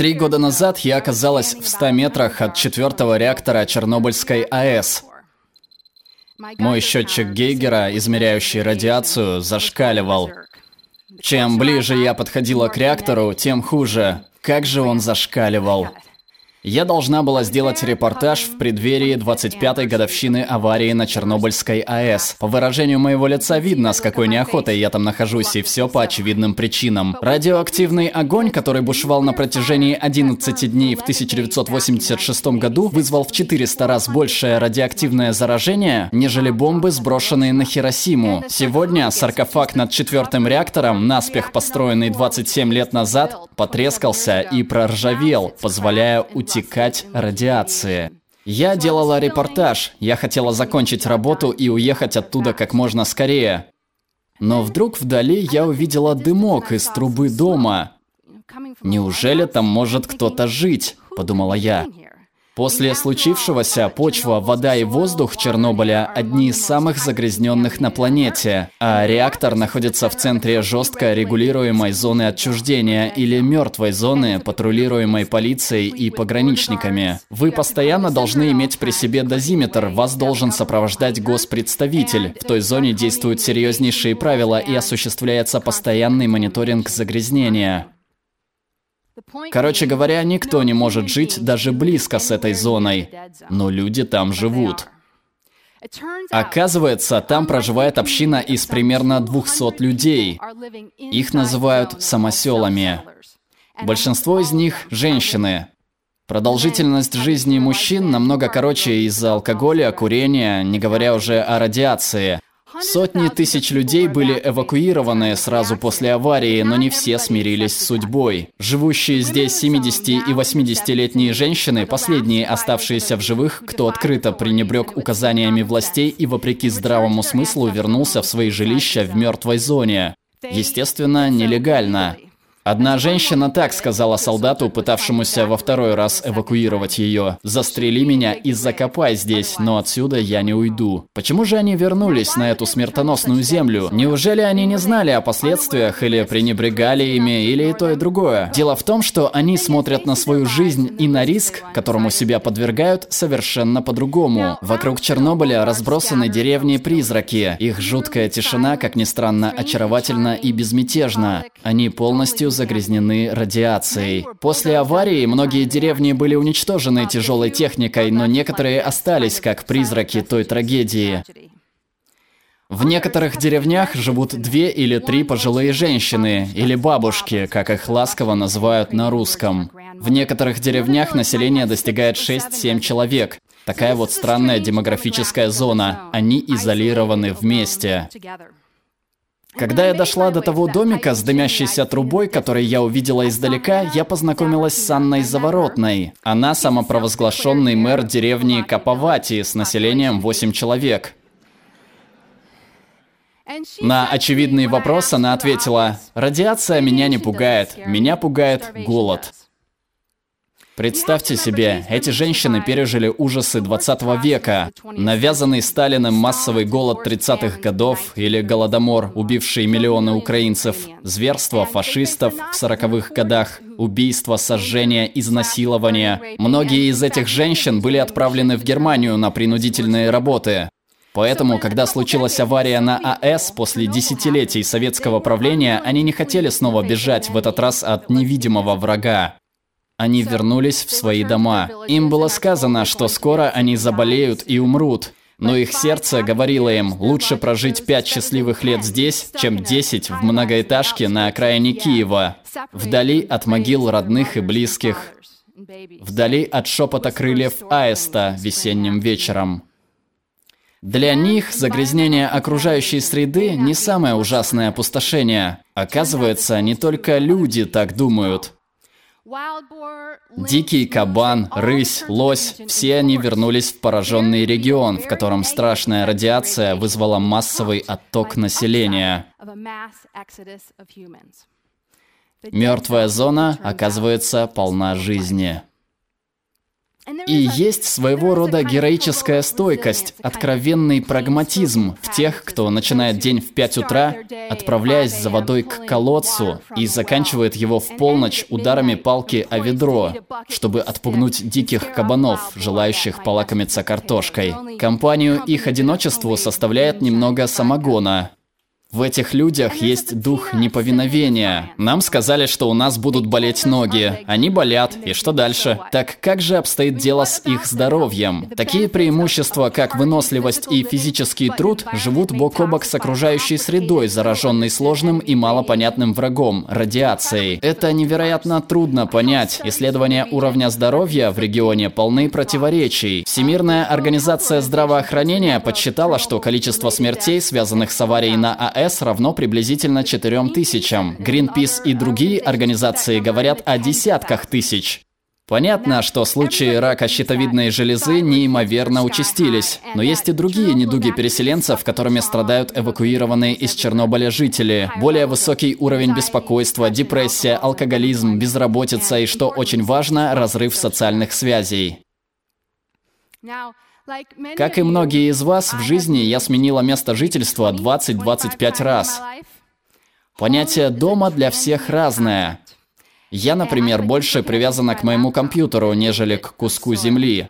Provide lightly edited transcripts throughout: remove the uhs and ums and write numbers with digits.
3 года назад я оказалась в 100 метрах от 4-го реактора Чернобыльской АЭС. Мой счетчик Гейгера, измеряющий радиацию, зашкаливал. Чем ближе я подходила к реактору, тем хуже. Как же он зашкаливал. Я должна была сделать репортаж в преддверии 25-й годовщины аварии на Чернобыльской АЭС. По выражению моего лица видно, с какой неохотой я там нахожусь, и все по очевидным причинам. Радиоактивный огонь, который бушевал на протяжении 11 дней в 1986 году, вызвал в 400 раз большее радиоактивное заражение, нежели бомбы, сброшенные на Хиросиму. Сегодня саркофаг над 4-м реактором, наспех построенный 27 лет назад, потрескался и проржавел, позволяя утекать радиации. Я делала репортаж, я хотела закончить работу и уехать оттуда как можно скорее. Но вдруг вдали я увидела дымок из трубы дома. «Неужели там может кто-то жить?» – подумала я. После случившегося почва, вода и воздух Чернобыля – одни из самых загрязненных на планете, а реактор находится в центре жестко регулируемой зоны отчуждения или мертвой зоны, патрулируемой полицией и пограничниками. Вы постоянно должны иметь при себе дозиметр, вас должен сопровождать госпредставитель. В той зоне действуют серьезнейшие правила и осуществляется постоянный мониторинг загрязнения. Короче говоря, никто не может жить даже близко с этой зоной, но люди там живут. Оказывается, там проживает община из примерно 200 людей. Их называют самоселами. Большинство из них – женщины. Продолжительность жизни мужчин намного короче из-за алкоголя, курения, не говоря уже о радиации. Сотни тысяч людей были эвакуированы сразу после аварии, но не все смирились с судьбой. Живущие здесь 70- и 80-летние женщины, последние оставшиеся в живых, кто открыто пренебрег указаниями властей и вопреки здравому смыслу вернулся в свои жилища в мертвой зоне. Естественно, нелегально. Одна женщина так сказала солдату, пытавшемуся во второй раз эвакуировать ее: «Застрели меня и закопай здесь, но отсюда я не уйду». Почему же они вернулись на эту смертоносную землю? Неужели они не знали о последствиях или пренебрегали ими, или и то, и другое? Дело в том, что они смотрят на свою жизнь и на риск, которому себя подвергают, совершенно по-другому. Вокруг Чернобыля разбросаны деревни-призраки. Их жуткая тишина, как ни странно, очаровательна и безмятежна. Они полностью загрязнены радиацией. После аварии многие деревни были уничтожены тяжелой техникой, но некоторые остались как призраки той трагедии. В некоторых деревнях живут 2 или 3 пожилые женщины, или бабушки, как их ласково называют на русском. В некоторых деревнях население достигает 6-7 человек. Такая вот странная демографическая зона. Они изолированы вместе. Когда я дошла до того домика с дымящейся трубой, который я увидела издалека, я познакомилась с Анной Заворотной. Она самопровозглашенный мэр деревни Капавати с населением 8 человек. На очевидный вопрос она ответила: «Радиация меня не пугает, меня пугает голод». Представьте себе, эти женщины пережили ужасы 20 века. Навязанный Сталиным массовый голод 30-х годов или голодомор, убивший миллионы украинцев, зверства фашистов в 40-х годах, убийства, сожжения, изнасилования. Многие из этих женщин были отправлены в Германию на принудительные работы. Поэтому, когда случилась авария на АЭС после десятилетий советского правления, они не хотели снова бежать, в этот раз от невидимого врага. Они вернулись в свои дома. Им было сказано, что скоро они заболеют и умрут. Но их сердце говорило им: лучше прожить 5 счастливых лет здесь, чем 10 в многоэтажке на окраине Киева, вдали от могил родных и близких, вдали от шепота крыльев аиста весенним вечером. Для них загрязнение окружающей среды не самое ужасное опустошение. Оказывается, не только люди так думают. Дикий кабан, рысь, лось – все они вернулись в пораженный регион, в котором страшная радиация вызвала массовый отток населения. Мертвая зона, оказывается, полна жизни. И есть своего рода героическая стойкость, откровенный прагматизм в тех, кто начинает день в 5 утра, отправляясь за водой к колодцу, и заканчивает его в полночь ударами палки о ведро, чтобы отпугнуть диких кабанов, желающих полакомиться картошкой. Компанию их одиночеству составляет немного самогона. В этих людях есть дух неповиновения. Нам сказали, что у нас будут болеть ноги. Они болят. И что дальше? Так как же обстоит дело с их здоровьем? Такие преимущества, как выносливость и физический труд, живут бок о бок с окружающей средой, зараженной сложным и малопонятным врагом – радиацией. Это невероятно трудно понять. Исследования уровня здоровья в регионе полны противоречий. Всемирная организация здравоохранения подсчитала, что количество смертей, связанных с аварией на АЭС, равно приблизительно 4000. Greenpeace и другие организации говорят о десятках тысяч. Понятно, что случаи рака щитовидной железы неимоверно участились, но есть и другие недуги переселенцев, которыми страдают эвакуированные из Чернобыля жители. Более высокий уровень беспокойства, депрессия, алкоголизм, безработица и, что очень важно, разрыв социальных связей. Как и многие из вас, в жизни я сменила место жительства 20-25 раз. Понятие дома для всех разное. Я, например, больше привязана к моему компьютеру, нежели к куску земли.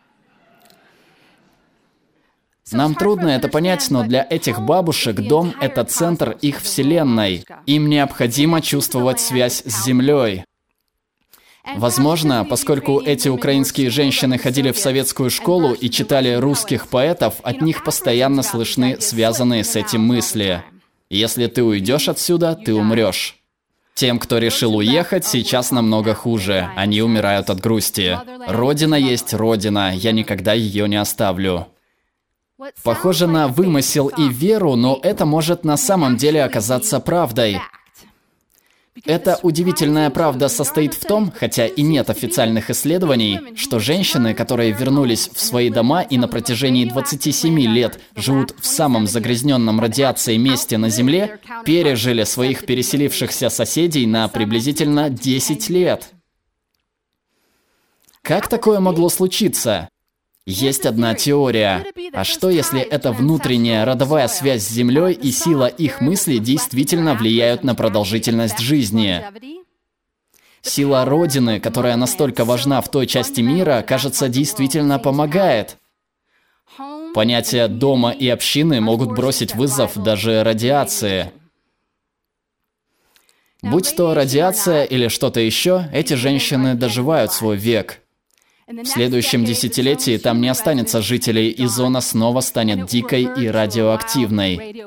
Нам трудно это понять, но для этих бабушек дом – это центр их вселенной. Им необходимо чувствовать связь с землей. Возможно, поскольку эти украинские женщины ходили в советскую школу и читали русских поэтов, от них постоянно слышны связанные с этим мысли. Если ты уйдешь отсюда, ты умрешь. Тем, кто решил уехать, сейчас намного хуже. Они умирают от грусти. Родина есть Родина, я никогда ее не оставлю. Похоже на вымысел и веру, но это может на самом деле оказаться правдой. Эта удивительная правда состоит в том, хотя и нет официальных исследований, что женщины, которые вернулись в свои дома и на протяжении 27 лет живут в самом загрязненном радиацией месте на Земле, пережили своих переселившихся соседей на приблизительно 10 лет. Как такое могло случиться? Есть одна теория. А что, если эта внутренняя родовая связь с Землей и сила их мыслей действительно влияют на продолжительность жизни? Сила Родины, которая настолько важна в той части мира, кажется, действительно помогает. Понятия дома и общины могут бросить вызов даже радиации. Будь то радиация или что-то еще, эти женщины доживают свой век. В следующем десятилетии там не останется жителей, и зона снова станет дикой и радиоактивной.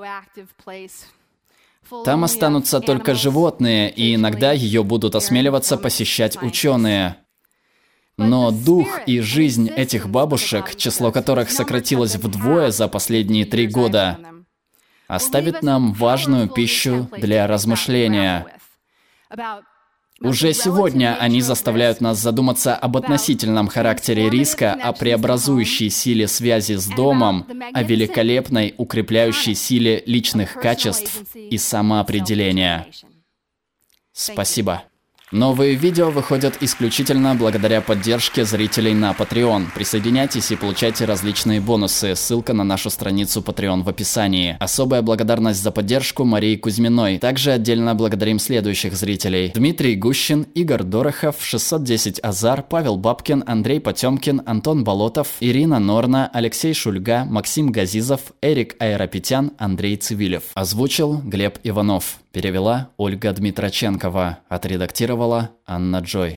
Там останутся только животные, и иногда ее будут осмеливаться посещать ученые. Но дух и жизнь этих бабушек, число которых сократилось вдвое за последние 3 года, оставит нам важную пищу для размышления. Уже сегодня они заставляют нас задуматься об относительном характере риска, о преобразующей силе связи с домом, о великолепной укрепляющей силе личных качеств и самоопределения. Спасибо. Новые видео выходят исключительно благодаря поддержке зрителей на Patreon. Присоединяйтесь и получайте различные бонусы. Ссылка на нашу страницу Patreon в описании. Особая благодарность за поддержку Марии Кузьминой. Также отдельно благодарим следующих зрителей: Дмитрий Гущин, Игорь Дорохов, 610 Азар, Павел Бабкин, Андрей Потемкин, Антон Болотов, Ирина Норна, Алексей Шульга, Максим Газизов, Эрик Айрапетян, Андрей Цивилев. Озвучил Глеб Иванов. Перевела Ольга Дмитроченкова. Отредактировала Анна Джой.